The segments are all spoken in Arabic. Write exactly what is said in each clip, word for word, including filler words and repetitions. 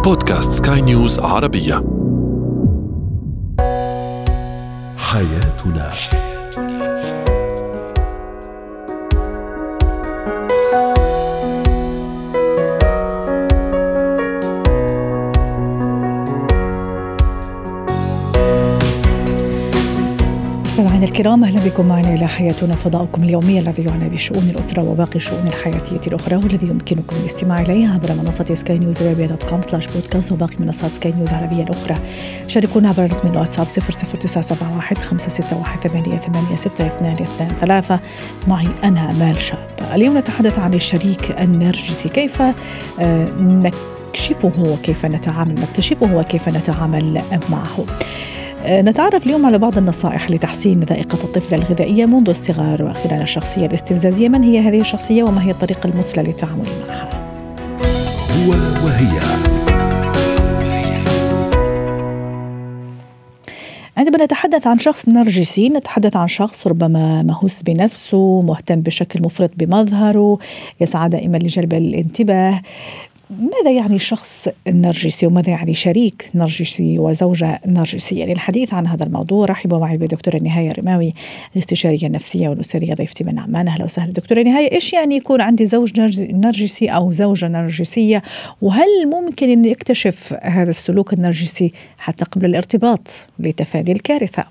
بودكاست سكاي نيوز عربية. حياتنا. مستمعينا الكرام، أهلا بكم معنا إلى حياتنا، فضاؤكم اليومي الذي يعنى بشؤون الأسرة وباقي الشؤون الحياتية الأخرى، والذي يمكنكم الاستماع إليه عبر منصة سكاي نيوز عربية دوت كوم سلاش بودكاست وباقي منصات سكاي نيوز العربية الأخرى. شاركونا عبر رقم الواتساب صفر صفر تسعة سبعة واحد خمسة ستة واحد ثمانية ثمانية ستة اثنان اثنان ثلاثة. معي أنا آمال شاب. اليوم نتحدث عن الشريك النرجسي، كيف نكشفه وكيف نتعامل نكتشفه وكيف نتعامل معه. نتعرف اليوم على بعض النصائح لتحسين ذائقة الطفل الغذائية منذ الصغر وخلال الشخصية الاستفزازية. من هي هذه الشخصية وما هي الطريقة المثلى للتعامل معها؟ هو وهي. عندما نتحدث عن شخص نرجسي نتحدث عن شخص ربما مهووس بنفسه، مهتم بشكل مفرط بمظهره، يسعى دائما لجلب الانتباه. ماذا يعني شخص نرجسي وماذا يعني شريك نرجسي وزوجة نرجسية؟ للحديث عن هذا الموضوع رحبوا معي بدكتورة نهاية رماوي، الاستشارية النفسية والأسرية، ضيفتي من عمان. أهلا وسهلا دكتورة نهاية. إيش يعني يكون عندي زوج نرجسي أو زوجة نرجسية، وهل ممكن أن يكتشف هذا السلوك النرجسي حتى قبل الارتباط لتفادي الكارثة؟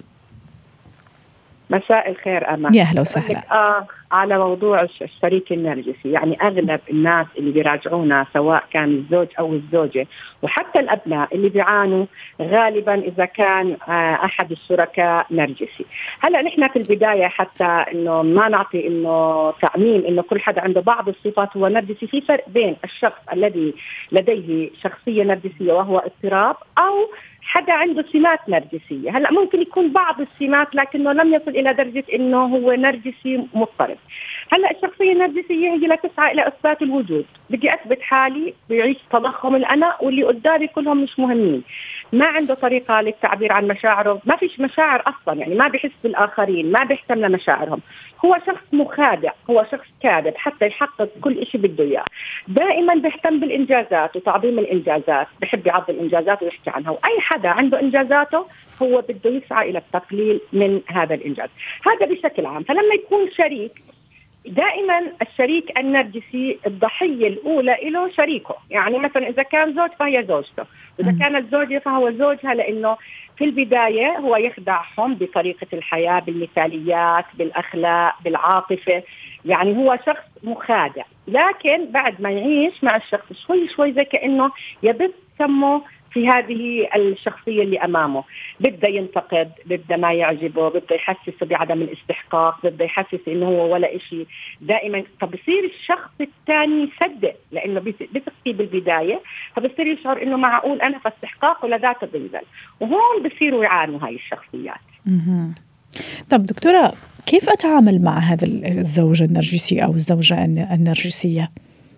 مساء الخير أمال. يا أهلا وسهلا. آه على موضوع الشريك النرجسي، يعني أغلب الناس اللي بيراجعونا سواء كان الزوج أو الزوجة وحتى الأبناء اللي بيعانوا غالبا إذا كان آه أحد الشركاء نرجسي. هلأ نحن في البداية حتى إنه ما نعطي إنه تعميم إنه كل حدا عنده بعض الصفات هو نرجسي. في فرق بين الشخص الذي لديه شخصية نرجسية وهو اضطراب أو حدا عنده سمات نرجسية. هلأ ممكن يكون بعض السمات لكنه لم يصل إلى درجة إنه هو نرجسي مضطرب. هلأ الشخصية النرجسية هي لا تسعى إلى إثبات الوجود، بدي أثبت حالي، بيعيش تضخم الأنا واللي قدامي كلهم مش مهمين، ما عنده طريقة للتعبير عن مشاعره، ما فيش مشاعر أصلا، يعني ما بيحس بالآخرين، ما بيهتم لمشاعرهم، هو شخص مخادع، هو شخص كاذب حتى يحقق كل إشي بده إياه. دائما بيهتم بالإنجازات وتعظيم الإنجازات، بحب يعظم الإنجازات ويحكي عنها، وأي حدا عنده إنجازاته هو بده يسعى إلى التقليل من هذا الإنجاز. هذا بشكل عام. فلما يكون شريك، دائما الشريك النرجسي الضحية الأولى له شريكه، يعني مثلا إذا كان زوج فهي زوجته، وإذا كانت زوجة فهو زوجها، لأنه في البداية هو يخدعهم بطريقة الحياة، بالمثاليات، بالأخلاق، بالعاطفة، يعني هو شخص مخادع. لكن بعد ما يعيش مع الشخص شوي شوي زي كأنه يبث سمه في هذه الشخصية اللي أمامه، بده ينتقد، بده ما يعجبه، بده يحسسه بعدم الاستحقاق، بده يحسس إنه هو ولا إشي دائما. فبصير الشخص الثاني يصدق لأنه بثق فيه بالبداية، فبصير يشعر إنه معقول أنا في استحقاق ولا ذات ضيزل، وهون بصيروا يعانوا هاي الشخصيات. طب دكتورة، كيف أتعامل مع هذا الزوج النرجسي أو الزوجة النرجسية؟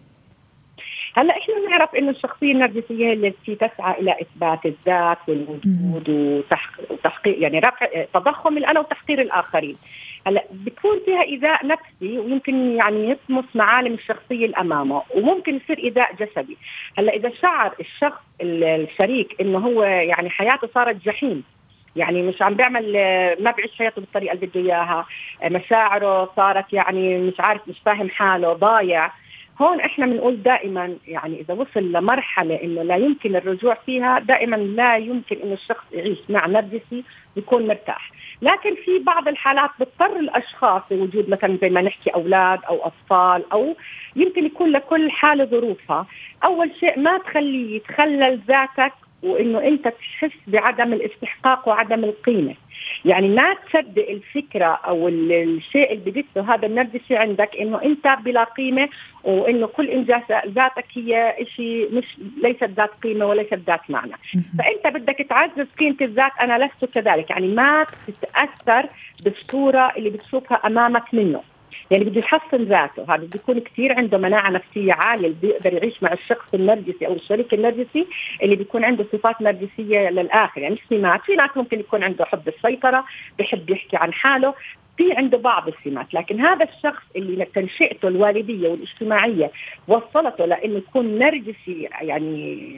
هلا احنا نعرف انه الشخصيه النرجسيه هي التي تسعى الى اثبات الذات والوجود وتحقيق، يعني رفع تضخم الانا وتحقير الاخرين. هلا بتكون فيها ايذاء نفسي، ويمكن يعني يطمس معالم الشخصيه اللي امامه، وممكن يصير ايذاء جسدي. هلا اذا شعر الشخص الشريك انه هو يعني حياته صارت جحيم، يعني مش عم بيعمل، ما بيعيش حياته بالطريقه اللي بده اياها، مشاعره صارت يعني مش عارف، مش فاهم حاله، ضايع، هون احنا بنقول دائما يعني اذا وصل لمرحله انه لا يمكن الرجوع فيها، دائما لا يمكن انه الشخص يعيش مع نرجسي يكون مرتاح. لكن في بعض الحالات بتضطر الاشخاص لوجود مثلا زي ما نحكي اولاد او اطفال، او يمكن يكون لكل حاله ظروفها. اول شيء ما تخليه يتخلل ذاتك، وانه انت تحس بعدم الاستحقاق وعدم القيمه، يعني ما تصدق الفكرة أو الشيء اللي بدته هذا النرجسي عندك إنه أنت بلا قيمة، وإنه كل إنجازاتك هي إشي مش ليست ذات قيمة وليست ذات معنى. فأنت بدك تعزز قيمة الذات، أنا لست كذلك، يعني ما تتأثر بالصورة اللي بتشوفها أمامك منه، يعني بده يحسن ذاته. هذا بيكون كتير عنده مناعة نفسية عالية، اللي بيقدر يعيش مع الشخص النرجسي أو الشريك النرجسي اللي بيكون عنده صفات نرجسية للآخر. يعني مش سمات، في ناس ممكن يكون عنده حب السيطرة، بيحب يحكي عن حاله، في عنده بعض السمات. لكن هذا الشخص اللي تنشئته الوالدية والاجتماعية وصلته لأنه يكون نرجسي، يعني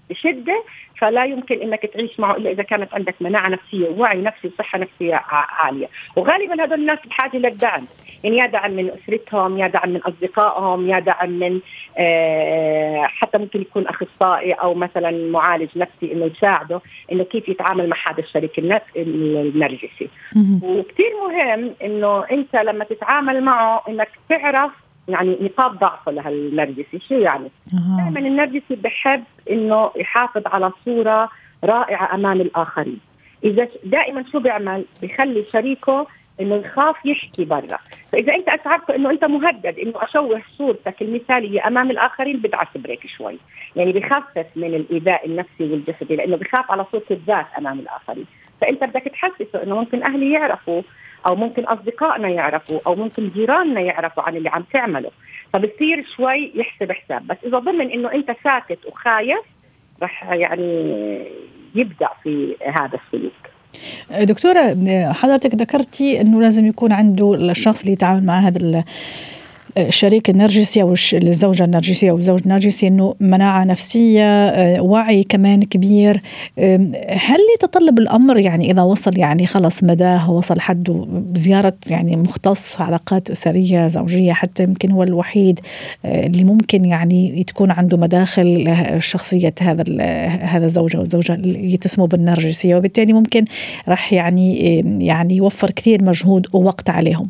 بشدة، فلا يمكن انك تعيش معه الا اذا كانت عندك مناعة نفسية ووعي نفسي وصحة نفسية عالية. وغالبا هذول الناس بحاجة للدعم، يعني يا دعم من أسرتهم، يا دعم من أصدقائهم، يا دعم من آه حتى ممكن يكون أخصائي أو مثلا معالج نفسي إنه يساعده إنه كيف يتعامل مع هذا الشريك النرجسي. وكتير مهم إنه أنت لما تتعامل معه إنك تعرف يعني نقاط ضعفه لهالنرجسي. شو يعني؟ دائما النرجسي بحب إنه يحافظ على صورة رائعة أمام الآخرين. إذا دائما شو بيعمل؟ بيخلي شريكه إنه يخاف يحكي برا. فإذا أنت أشعرت إنه أنت مهدد إنه أشوه صورتك المثالية أمام الآخرين، بدعس بريك شوي، يعني بخفف من الإيذاء النفسي والجسدي، لأنه بخاف على صورة الذات أمام الآخرين. فأنت بدك تحسسه إنه ممكن أهلي يعرفوا، أو ممكن أصدقائنا يعرفوا، أو ممكن جيراننا يعرفوا عن اللي عم تعمله. فبصير شوي يحسب حساب. بس إذا ضمن إنه أنت ساكت وخايف، رح يعني يبدأ في هذا السلوك. دكتورة، حضرتك ذكرتي أنه لازم يكون عنده الشخص اللي يتعامل مع هذا الشريك النرجسي أو الزوجة النرجسية أو الزوج النرجسي أنه مناعة نفسية، وعي كمان كبير. هل يتطلب الأمر يعني إذا وصل يعني خلص مداه وصل حده زيارة يعني مختص علاقات أسرية زوجية، حتى يمكن هو الوحيد اللي ممكن يعني تكون عنده مداخل شخصية هذا هذا الزوج أو الزوجة اللي تسمو بالنرجسية، وبالتالي ممكن راح يعني يعني يوفر كثير مجهود ووقت عليهم؟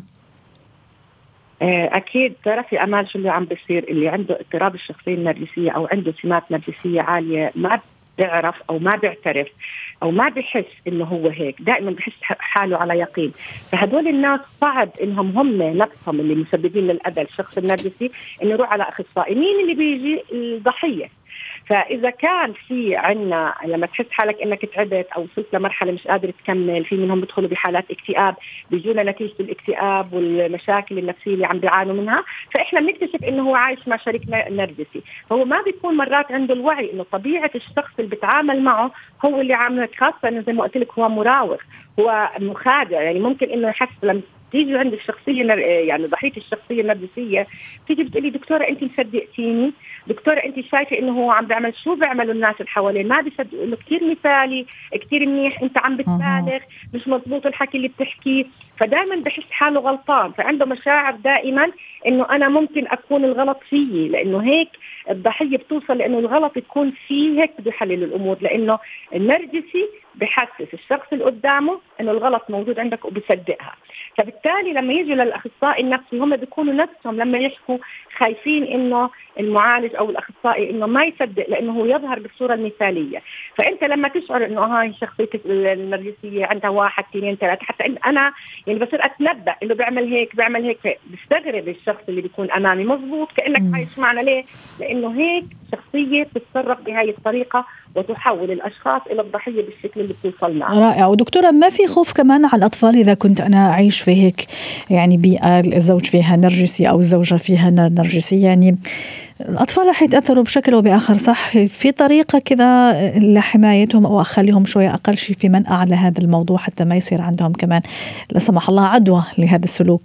أكيد. تعرفي أمال شو اللي عم بيصير؟ اللي عنده اضطراب الشخصية النرجسية أو عنده سمات نرجسية عالية ما بيعرف أو ما بيعترف أو ما بيحس إنه هو هيك، دائما بيحس حاله على يقين. فهدول الناس صعب إنهم هم نفسهم اللي مسببين للأذى الشخص النرجسي إنه يروح على أخصائي. مين اللي بيجي؟ الضحية. فإذا كان في عنا لما تحس حالك إنك تعبت أو وصلت لمرحلة مش قادر تكمل، في منهم بيدخلوا بحالات اكتئاب، بيجونا نتيجة الاكتئاب والمشاكل النفسية اللي عم بيعانوا منها، فإحنا بنكتشف إنه هو عايش مع شريك نرجسي. هو ما بيكون مرات عنده الوعي إنه طبيعة الشخص اللي بيتعامل معه هو اللي عامله، خاصة إنه زي ما قلت لك هو مراوغ، هو مخادع. يعني ممكن إنه يحس لما تيجي عند الشخصية يعني ضحية الشخصية النرجسية تيجي بتقولي دكتورة أنت مصدقتيني؟ دكتورة أنت شايفة إنه هو عم بيعمل شو بيعملوا الناس اللي حواليه؟ ما بيصدقوا إنه كتير مثالي، كتير منيح، أنت عم بتبالغ، مش مضبوط الحكي اللي بتحكيه. فدائما بحس حاله غلطان، فعنده مشاعر دائما إنه أنا ممكن أكون الغلط فيي، لأنه هيك الضحية بتوصل لأنه الغلط يكون فيه. هيك بده يحلل الأمور، لأنه النرجسي بحسس الشخص اللي قدامه إنه الغلط موجود عندك وبيصدقها. فبالتالي لما يجوا للأخصائي النفسي هم بيكونوا نفسهم لما يحكوا خايفين إنه المعالج أو الأخصائي إنه ما يصدق، لأنه هو يظهر بالصورة المثالية. فأنت لما تشعر إنه هاي شخصيتك النرجسية عندها واحد اثنين ثلاثة، حتى أنا يعني بصير أتنبأ إنه بيعمل هيك بيعمل هيك، بستغرب الشخص اللي بيكون أمامي مظبوط كأنك عايش معنا. ليه؟ لأنه هيك شخصية تتصرف بهاي الطريقة وتحول الأشخاص إلى الضحية بالشكل اللي بتوصل معه. رائع. ودكتورة، ما في خوف كمان على الأطفال إذا كنت أنا أعيش في هيك يعني بيئة الزوج فيها نرجسي أو الزوجة فيها نرجسي؟ يعني الأطفال رح يتأثروا بشكل أو بآخر، صح؟ في طريقة كذا لحمايتهم أو أخليهم شوية أقل شيء في منأى على هذا الموضوع حتى ما يصير عندهم كمان لا سمح الله عدوى لهذا السلوك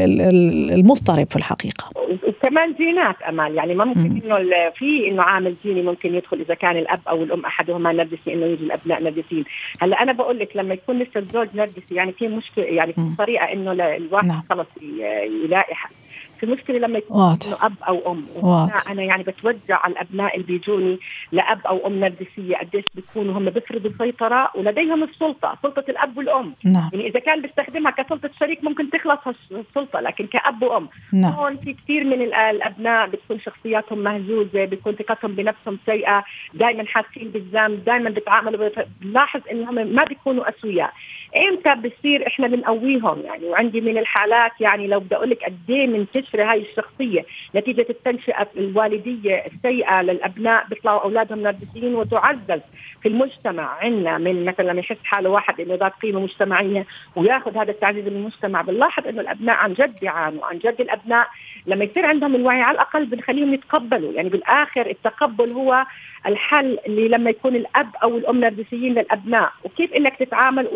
المضطرب في الحقيقة. وكمان جينات أمال، يعني ما ممكن إنه في إنه عامل جيني ممكن يدخل إذا كان الأب أو الأم أحدهما نرجسي إنه يجي الأبناء نرجسيين. هلا أنا بقول لك لما يكون لسه الزوج نرجسي يعني في مشكلة، يعني في طريقة إنه الواحد خلص يلاقي حل. في مشكلة لما يكون إنه أب أو أم. أنا يعني بتوجع على الأبناء اللي بيجوني لأب أو أم نرجسية، قديش بيكونوا هم بيفرضوا سيطرة ولديهم السلطة، سلطة الأب والأم. نعم. يعني إذا كان بيستخدمها كسلطة شريك ممكن تخلص السلطة، لكن كأب وأم نعم. هون في كثير من الأبناء بتكون شخصياتهم مهزوزة، بتكون ثقتهم بنفسهم سيئة، دائما حاسين بالذنب، دائما بيتعاملوا. بلاحظ إنهم ما بيكونوا أسوياء. إمتى بصير إحنا بنقويهم يعني؟ وعندي من الحالات يعني لو بدي أقول لك قد إيه منتشرة هاي الشخصية نتيجة التنشئة الوالدية السيئة للأبناء، بيطلعوا أولادهم نرجسيين وتعزز في المجتمع. عنا من مثلا لما يحس حاله واحد إنه ذات قيمة مجتمعية وياخذ هذا التعزيز من المجتمع، بنلاحظ إنه الأبناء عن جد بيعانوا. عن جد الأبناء لما يصير عندهم الوعي على الأقل بنخليهم يتقبلوا. يعني بالآخر التقبل هو الحل اللي لما يكون الأب أو الأم نرجسيين للأبناء، وكيف إنك تتعامل وإنه زي ما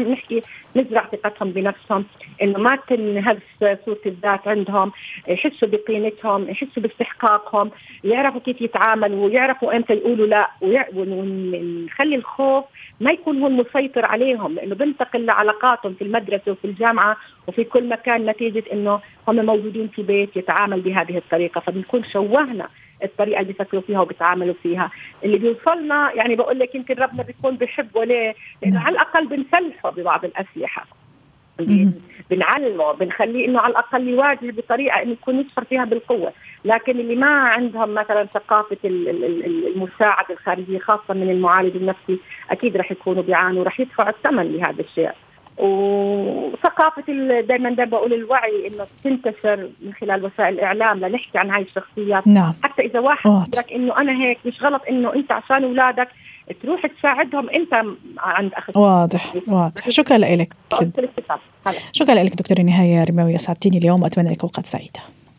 كمان نحكي نزرع ثقتهم بنفسهم، إنه ما تنهز صورة الذات عندهم، يحسوا بقيمتهم، يحسوا باستحقاقهم، يعرفوا كيف يتعاملوا ويعرفوا إمتى يقولوا لا، ونخلي الخوف ما يكون هو المسيطر عليهم، لأنه بنتقل لعلاقاتهم في المدرسة وفي الجامعة وفي كل مكان نتيجة إنه هم موجودين في بيت يتعامل بهذه الطريقة، فبنكون شوهنا الطريقة اللي بيفكروا فيها وبيتعاملوا فيها. اللي بيوصلنا يعني بقول لك يمكن ربنا بيكون بيحبه ليه؟ لأنه على الأقل بنسلحه ببعض الأسلحة، بنعلمه، بنخليه إنه على الأقل يواجه بطريقة إنه يكون يصفر فيها بالقوة. لكن اللي ما عندهم مثلا ثقافة المساعدة الخارجية خاصة من المعالج النفسي أكيد رح يكونوا بيعانوا، رح يدفعوا الثمن لهذا الشيء. وثقافة دائما دائما بقول الوعي إنه تنتشر من خلال وسائل الإعلام لنحكي عن هاي الشخصيات. نعم. حتى إذا واحد يقولك إنه أنا هيك مش غلط إنه أنت عشان أولادك تروح تساعدهم أنت عند أخذ. واضح واضح. شكرا لك. شكرا لك دكتورة نهاية رماوي، سعدتيني اليوم وأتمنى لك أوقات سعيدة.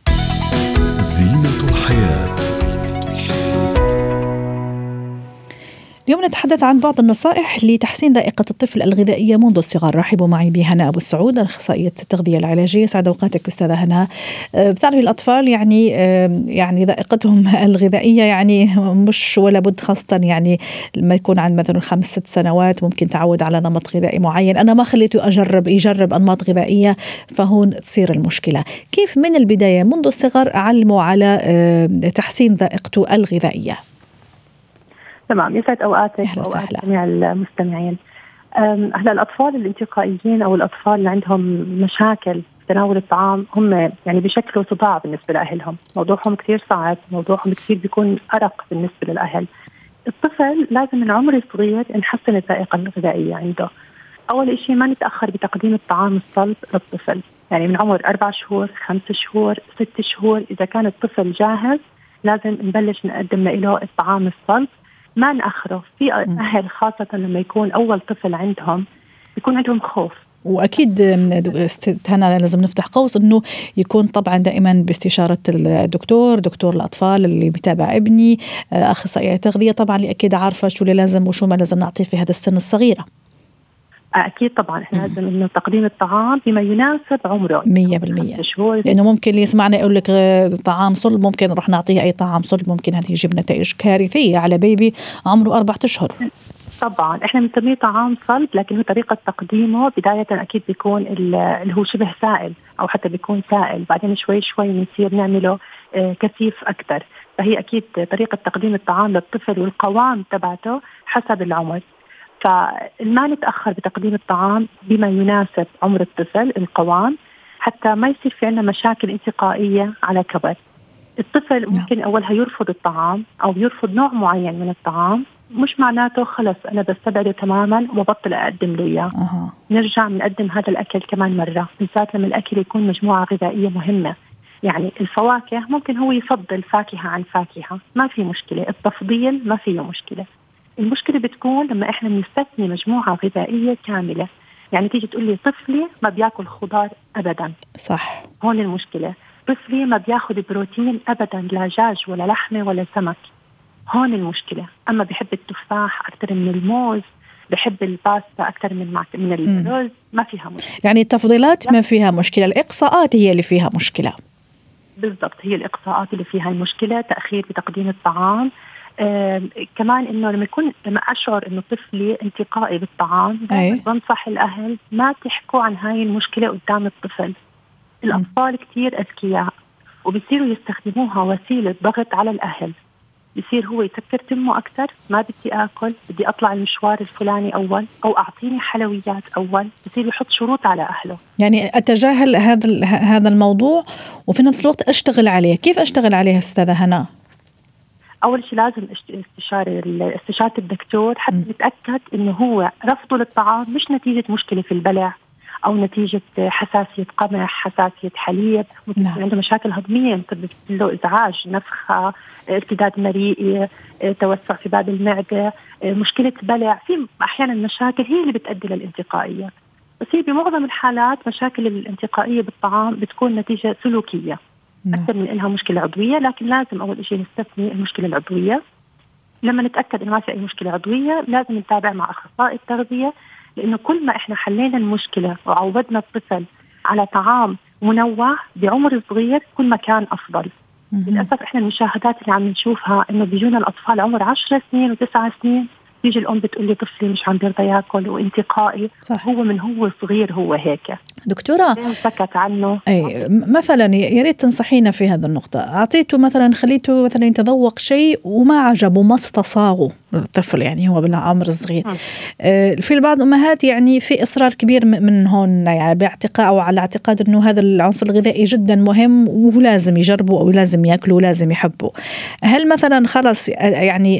زينة الحياة. اليوم نتحدث عن بعض النصائح لتحسين ذائقة الطفل الغذائية منذ الصغر. رحبوا معي بهناء أبو السعود، أخصائية التغذية العلاجية. سعد أوقاتك أستاذة هناء. بتعرفي الأطفال يعني يعني ذائقتهم الغذائية يعني مش ولا بد، خاصة يعني لما يكون عند مثلا خمس ست سنوات ممكن تعود على نمط غذائي معين، أنا ما خليته أجرب يجرب أنماط غذائية، فهون تصير المشكلة. كيف من البداية منذ الصغر أعلمه على تحسين ذائقته الغذائية؟ تمام، يسعد أوقاتك وأوقات جميع المستمعين. هلا الأطفال الانتقائيين أو الأطفال اللي عندهم مشاكل في تناول الطعام هم يعني بشكلوا صداع بالنسبة لأهلهم، موضوعهم كثير صعب، موضوعهم كثير بيكون أرق بالنسبة للأهل. الطفل لازم من عمر صغير نحسن الذائقة الغذائية عنده. أول إشي ما نتأخر بتقديم الطعام الصلب للطفل، يعني من عمر أربع شهور، خمس شهور، ست شهور، إذا كان الطفل جاهز لازم نبلش نقدم له الطعام الصلب، ما نأخره. في أهل خاصة لما يكون أول طفل عندهم يكون عندهم خوف، وأكيد هنا لازم نفتح قوس إنه يكون طبعا دائما باستشارة الدكتور، دكتور الأطفال اللي بيتابع ابني، أخصائية تغذية طبعا اللي أكيد عارفة شو اللي لازم وشو ما لازم نعطيه في هذا السن الصغيرة. أكيد طبعا إحنا لازم إنه تقديم الطعام بما يناسب عمره مية بالمية، لأنه ممكن اللي يسمعنا يقول لك طعام صلب، ممكن نروح نعطيه أي طعام صلب، ممكن هذه يجيب نتائج كارثية على بيبي عمره أربعة أشهر. طبعا إحنا بنسميه طعام صلب، لكن طريقة تقديمه بداية أكيد بيكون اللي هو شبه سائل أو حتى بيكون سائل، بعدين شوي شوي بنصير نعمله كثيف أكثر. فهي أكيد طريقة تقديم الطعام للطفل والقوام تبعته حسب العمر، فما نتأخر بتقديم الطعام بما يناسب عمر الطفل القوام، حتى ما يصير في عنا مشاكل انتقائية على كبر. الطفل ممكن أولها يرفض الطعام أو يرفض نوع معين من الطعام، مش معناته خلص أنا بستبعده تماما وبطل أقدم له إياه. أه. نرجع نقدم هذا الأكل كمان مرة، بالذات لما الأكل يكون مجموعة غذائية مهمة. يعني الفواكه ممكن هو يفضل فاكهة عن فاكهة، ما في مشكلة، التفضيل ما فيه مشكلة. المشكلة بتكون لما إحنا نستثني مجموعة غذائية كاملة، يعني تيجي تقول لي طفلي ما بياكل خضار أبدا، صح، هون المشكلة. طفلي ما بياخد بروتين أبدا، لا دجاج ولا لحمة ولا سمك، هون المشكلة. أما بيحب التفاح أكثر من الموز، بحب الباستا أكثر من من الرز، ما فيها مشكلة. يعني التفضيلات ما فيها مشكلة، الإقصاءات هي اللي فيها مشكلة. بالضبط، هي الإقصاءات اللي فيها المشكلة، تأخير بتقديم الطعام. آه، كمان إنه لما يكون لما أشعر إنه طفلي انتقائي بالطعام، بنصح الأهل ما تحكوا عن هاي المشكلة قدام الطفل. الأطفال كتير أذكياء وبيصيروا يستخدموها وسيلة ضغط على الأهل، بيصير هو يسكر تمه أكتر، ما بدي آكل، بدي أطلع المشوار الفلاني أول، أو أعطيني حلويات أول، بيصير يحط شروط على أهله. يعني أتجاهل هذا هذا الموضوع وفي نفس الوقت أشتغل عليه. كيف أشتغل عليه أستاذة هناء؟ أول شيء لازم استشارة استشارة الدكتور حتى نتأكد إنه هو رفضه للطعام مش نتيجة مشكلة في البلع أو نتيجة حساسية قمح، حساسية حليب، نعم. عنده مشاكل هضمية مسبب له إزعاج، نفخة، ارتداد مريء، توسع في باب المعدة، مشكلة بلع. في أحيانا مشاكل هي اللي بتؤدي للانتقائية، بس هي بمعظم الحالات مشاكل الانتقائية بالطعام بتكون نتيجة سلوكية أكثر من إنها مشكلة عضوية. لكن لازم أول شيء نستثني المشكلة العضوية. لما نتأكد إنه ما في أي مشكلة عضوية لازم نتابع مع أخصائي التغذية لأنه كل ما إحنا حلينا المشكلة وعودنا الطفل على طعام منوع بعمر صغير كل ما كان أفضل. للأسف إحنا المشاهدات اللي عم نشوفها إنه بيجونا الأطفال عمر عشر سنين وتسعة سنين، تيجي الأم بتقول لي طفلي مش عم بيرضى ياكل وانتقائي. صح. هو من هو صغير هو هيك. دكتورة سكت عنه. أي مثلا يا ريت تنصحينا في هذا النقطة. أعطيته مثلا خليته مثلا يتذوق شيء وما عجبه ما استصاغه الطفل، يعني هو بالعمر الصغير. آه في البعض أمهات يعني في إصرار كبير من هون، يعني باعتقاد أو على اعتقاد إنه هذا العنصر الغذائي جدا مهم وهو لازم يجربه أو لازم يأكله ولازم يحبه. هل مثلا خلص يعني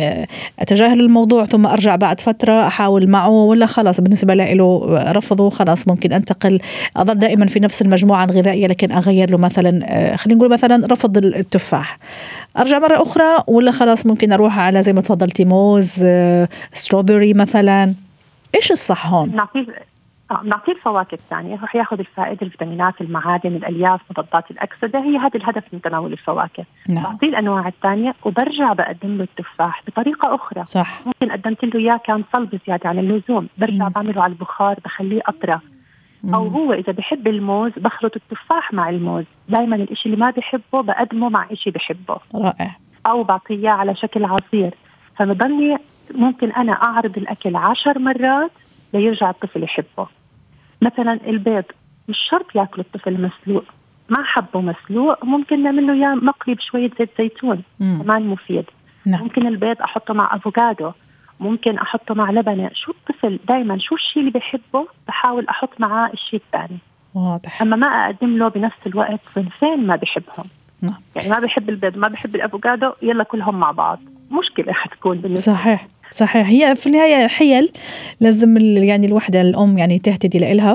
أتجاهل الموضوع ثم أرجع بعد فترة أحاول معه، ولا خلاص بالنسبة له رفضه خلاص ممكن أنتقل أظل دائما في نفس المجموعة الغذائية لكن أغير له مثلا خلينا نقول مثلا رفض التفاح أرجع مرة أخرى، ولا خلاص ممكن أروح على زي ما تفضلتي موز ستروبري مثلا؟ إيش الصح هون؟ نعطيه نعطيه الفواكه الثانية، رح ياخذ الفائدة الفيتامينات المعادن الألياف مضادات الأكسدة، هي هذا الهدف من تناول الفواكه. نعم. نعطيه الأنواع الثانية وبرجع بقدم له التفاح بطريقة أخرى. صح. ممكن قدمت له إياه كان صلب زيادة عن اللزوم، برجع بعمله على البخار بخليه أطرى. أو هو إذا بحب الموز بخلط التفاح مع الموز، دايما الإشي اللي ما بحبه بقدمه مع إشي بحبه. رائع. أو بعطيه على شكل عصير، فمضلني ممكن أنا أعرض الأكل عشر مرات ليرجع الطفل يحبه. مثلا البيض مش شرط يأكل الطفل مسلوق، ما حبه مسلوق ممكن نعمله إياه مقلي بشوية زيت زيتون كمان مفيد. نعم. ممكن البيض أحطه مع أفوكادو، ممكن أحطه مع لبنة. شو الطفل دايما شو الشيء اللي بيحبه بحاول أحط معاه الشيء الثاني. واضح. أما ما أقدم له بنفس الوقت صنفين ما بيحبهم. نعم. يعني ما بيحب البيض ما بيحب الأفوكادو، يلا كلهم مع بعض مشكلة حتكون بالنسبة. صحيح صحيح. هي في النهاية حيل لازم يعني الوحدة الأم يعني تهتدي لإلها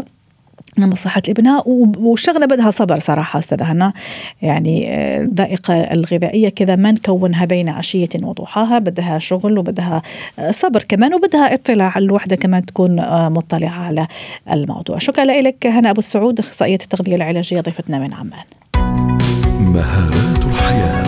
مصلحة ابنها، والشغلة بدها صبر صراحة أستاذ هنا. يعني الذائقة الغذائية كذا ما نكونها بين عشية وضحاها، بدها شغل وبدها صبر كمان وبدها اطلاع، الوحدة كمان تكون مطلعة على الموضوع. شكرا لك هنا أبو السعود، أخصائية التغذية العلاجية، ضيفتنا من عمان. مهارات الحياة.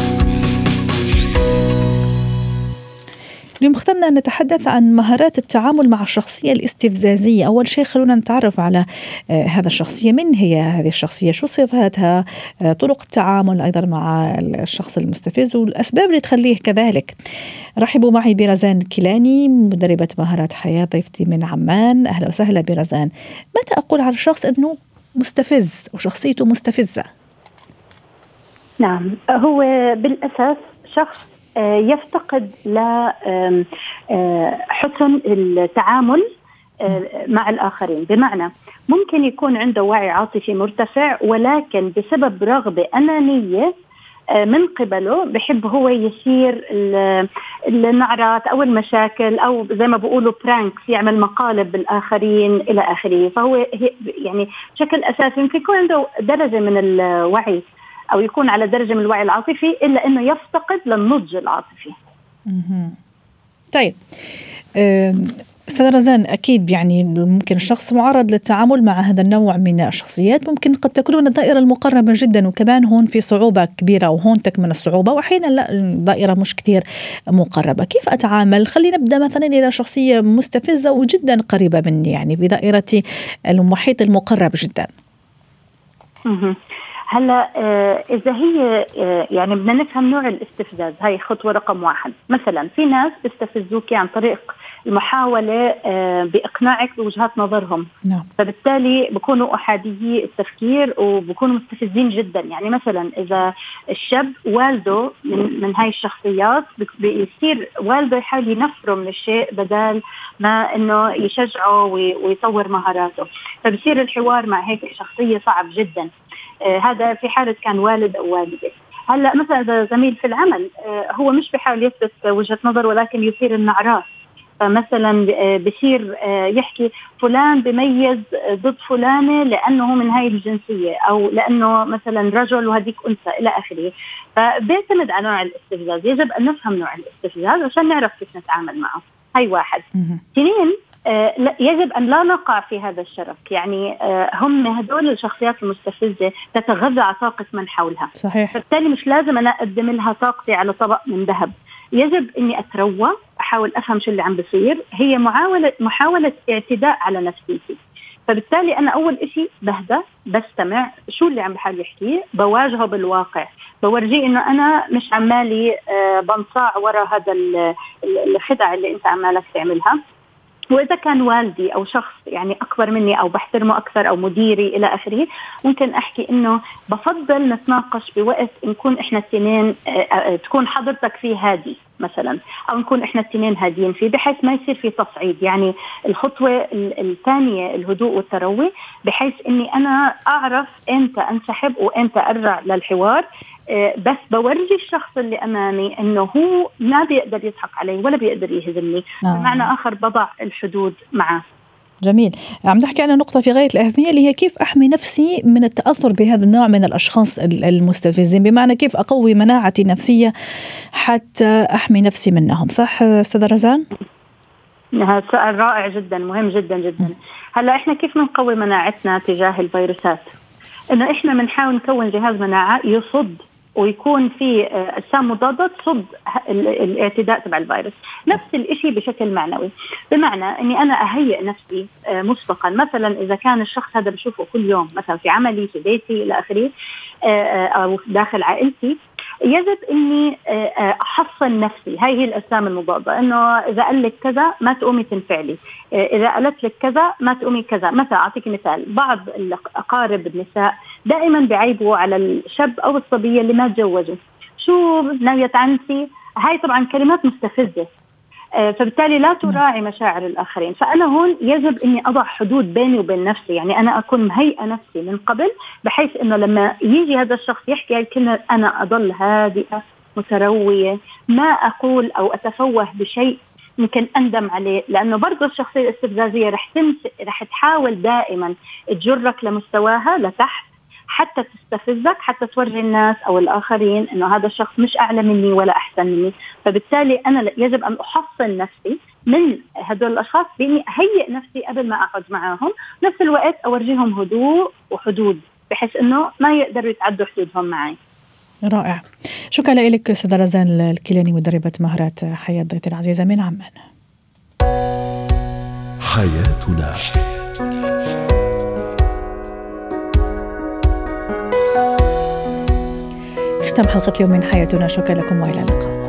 اليوم اخترنا نتحدث عن مهارات التعامل مع الشخصية الاستفزازية. أول شيء خلونا نتعرف على آه هذا الشخصية، من هي هذه الشخصية، شو صفاتها، آه طرق التعامل أيضا مع الشخص المستفز والأسباب اللي تخليه كذلك. رحبوا معي برزان كيلاني، مدربة مهارات حياة، ضيفتي من عمان. أهلا وسهلا برزان. متى أقول على الشخص أنه مستفز وشخصيته مستفزة؟ نعم، هو بالأساس شخص يفتقد لحسن التعامل مع الآخرين. بمعنى ممكن يكون عنده وعي عاطفي مرتفع، ولكن بسبب رغبة أنانية من قبله بحب هو يثير النعرات أو المشاكل، أو زي ما بيقولوا برانكس، يعمل مقالب بالآخرين إلى آخره. فهو يعني بشكل أساسي ممكن يكون عنده درجة من الوعي أو يكون على درجة من الوعي العاطفي، إلا أنه يفتقد للنضج العاطفي. طيب أستاذ رزان، أكيد يعني ممكن الشخص معرض للتعامل مع هذا النوع من الشخصيات، ممكن قد تكون الدائرة المقربة جدا، وكمان هون في صعوبة كبيرة وهون تكمن الصعوبة، وأحيانا لا الدائرة مش كتير مقربة. كيف أتعامل؟ خلينا نبدأ مثلا إذا شخصية مستفزة وجدا قريبة مني، يعني بدائرتي المحيط المقرب جدا. هلا آه إذا هي آه يعني بدنا نفهم نوع الاستفزاز، هاي خطوة رقم واحد. مثلا في ناس بيستفزوك عن طريق المحاولة آه بإقناعك بوجهات نظرهم. نعم. فبالتالي بيكونوا أحاديي التفكير وبيكونوا مستفزين جدا. يعني مثلا إذا الشاب والده من, من هاي الشخصيات، بيصير والده يحاول ينفره من الشيء بدل ما إنه يشجعه ويطور مهاراته، فبصير الحوار مع هيك الشخصية صعب جدا. آه هذا في حالة كان والد أو والدة. هلأ مثلا إذا زميل في العمل آه هو مش بيحاول يثبت وجهة نظر، ولكن يثير النعرات. فمثلا آه بصير آه يحكي فلان بميز ضد فلانة لأنه من هاي الجنسية، أو لأنه مثلا رجل وهديك أنثى إلى آخره. فبيعتمد على نوع الاستفزاز. يجب أن نفهم نوع الاستفزاز عشان نعرف كيف نتعامل معه. هاي واحد. اثنين، آه يجب أن لا نقع في هذا الشرك. يعني آه هم هدول الشخصيات المستفزة تتغذى على طاقة من حولها. صحيح. فبالتالي مش لازم أنا أقدم لها طاقتي على طبق من ذهب. يجب أني أتروى، بحاول أفهم شو اللي عم بصير، هي محاولة محاولة اعتداء على نفسيتي. فبالتالي أنا أول إشي بهدأ، بستمع شو اللي عم بحاول يحكيه، بواجهه بالواقع، بورجيه إنه أنا مش عمالي بنصاع ورا هذا الخدع اللي أنت عمالك تعملها. وإذا كان والدي أو شخص يعني أكبر مني أو بحترمه أكثر أو مديري إلى آخره، ممكن أحكي إنه بفضل نتناقش بوقت نكون إحنا التنين، تكون حضرتك فيه هادي مثلا، أو نكون إحنا التنين هادين فيه، بحيث ما يصير في تصعيد. يعني الخطوة الثانية الهدوء والتروي، بحيث إني أنا أعرف إمتى أنسحب وإمتى أرجع للحوار، بس بورجي الشخص اللي أمامي إنه هو ما بيقدر يضحك علي ولا بيقدر يهزمني. آه. بمعنى آخر بضع الحدود معه. جميل. عم تحكي عن نقطة في غاية الأهمية اللي هي كيف أحمي نفسي من التأثر بهذا النوع من الأشخاص المستفزين، بمعنى كيف أقوي مناعتي النفسية حتى أحمي نفسي منهم. صح أستاذة رزان؟ هذا سؤال رائع جدا، مهم جدا جدا. هلا إحنا كيف نقوي مناعتنا تجاه الفيروسات؟ إنه إحنا بنحاول نكون جهاز مناعة يصد ويكون في أجسام مضادة تصد الاعتداء تبع الفيروس. نفس الإشي بشكل معنوي، بمعنى أني أنا أهيئ نفسي مسبقا. مثلا إذا كان الشخص هذا بشوفه كل يوم مثلا في عملي في بيتي إلى آخره أو داخل عائلتي، يجب أني أحصن نفسي. هاي هي الأجسام المضادة، إنه إذا قال لك كذا ما تقومي تنفعلي، إذا قالت لك كذا ما تقومي كذا. مثلا أعطيك مثال، بعض الأقارب النساء دائما بيعيبوا على الشاب أو الصبية اللي ما تزوجوا، شو ناوية تعنسي. هاي طبعا كلمات مستفزة، فبالتالي لا تراعي مشاعر الآخرين. فأنا هون يجب أني أضع حدود بيني وبين نفسي، يعني أنا أكون مهيئة نفسي من قبل، بحيث أنه لما يجي هذا الشخص يحكي هاي الكلمة أنا أضل هادئة متروية، ما أقول أو أتفوه بشيء ممكن أندم عليه. لأنه برضو الشخصية الاستفزازية رح, رح تحاول دائما تجرك لمستواها لتحت حتى تستفزك، حتى توري الناس أو الآخرين أنه هذا الشخص مش أعلى مني ولا أحسن مني. فبالتالي أنا يجب أن أحصن نفسي من هدول الأشخاص بإني أهيئ نفسي قبل ما أقعد معهم، نفس الوقت أورجيهم هدوء وحدود بحيث أنه ما يقدروا يتعدوا حدودهم معي. رائع. شكرا لك أستاذة رزان الكيلاني، مدربة مهارات حياة ضيفتي العزيزة من عمان. حياتنا. ختام حلقة اليوم من حياتنا، شكرا لكم وإلى اللقاء.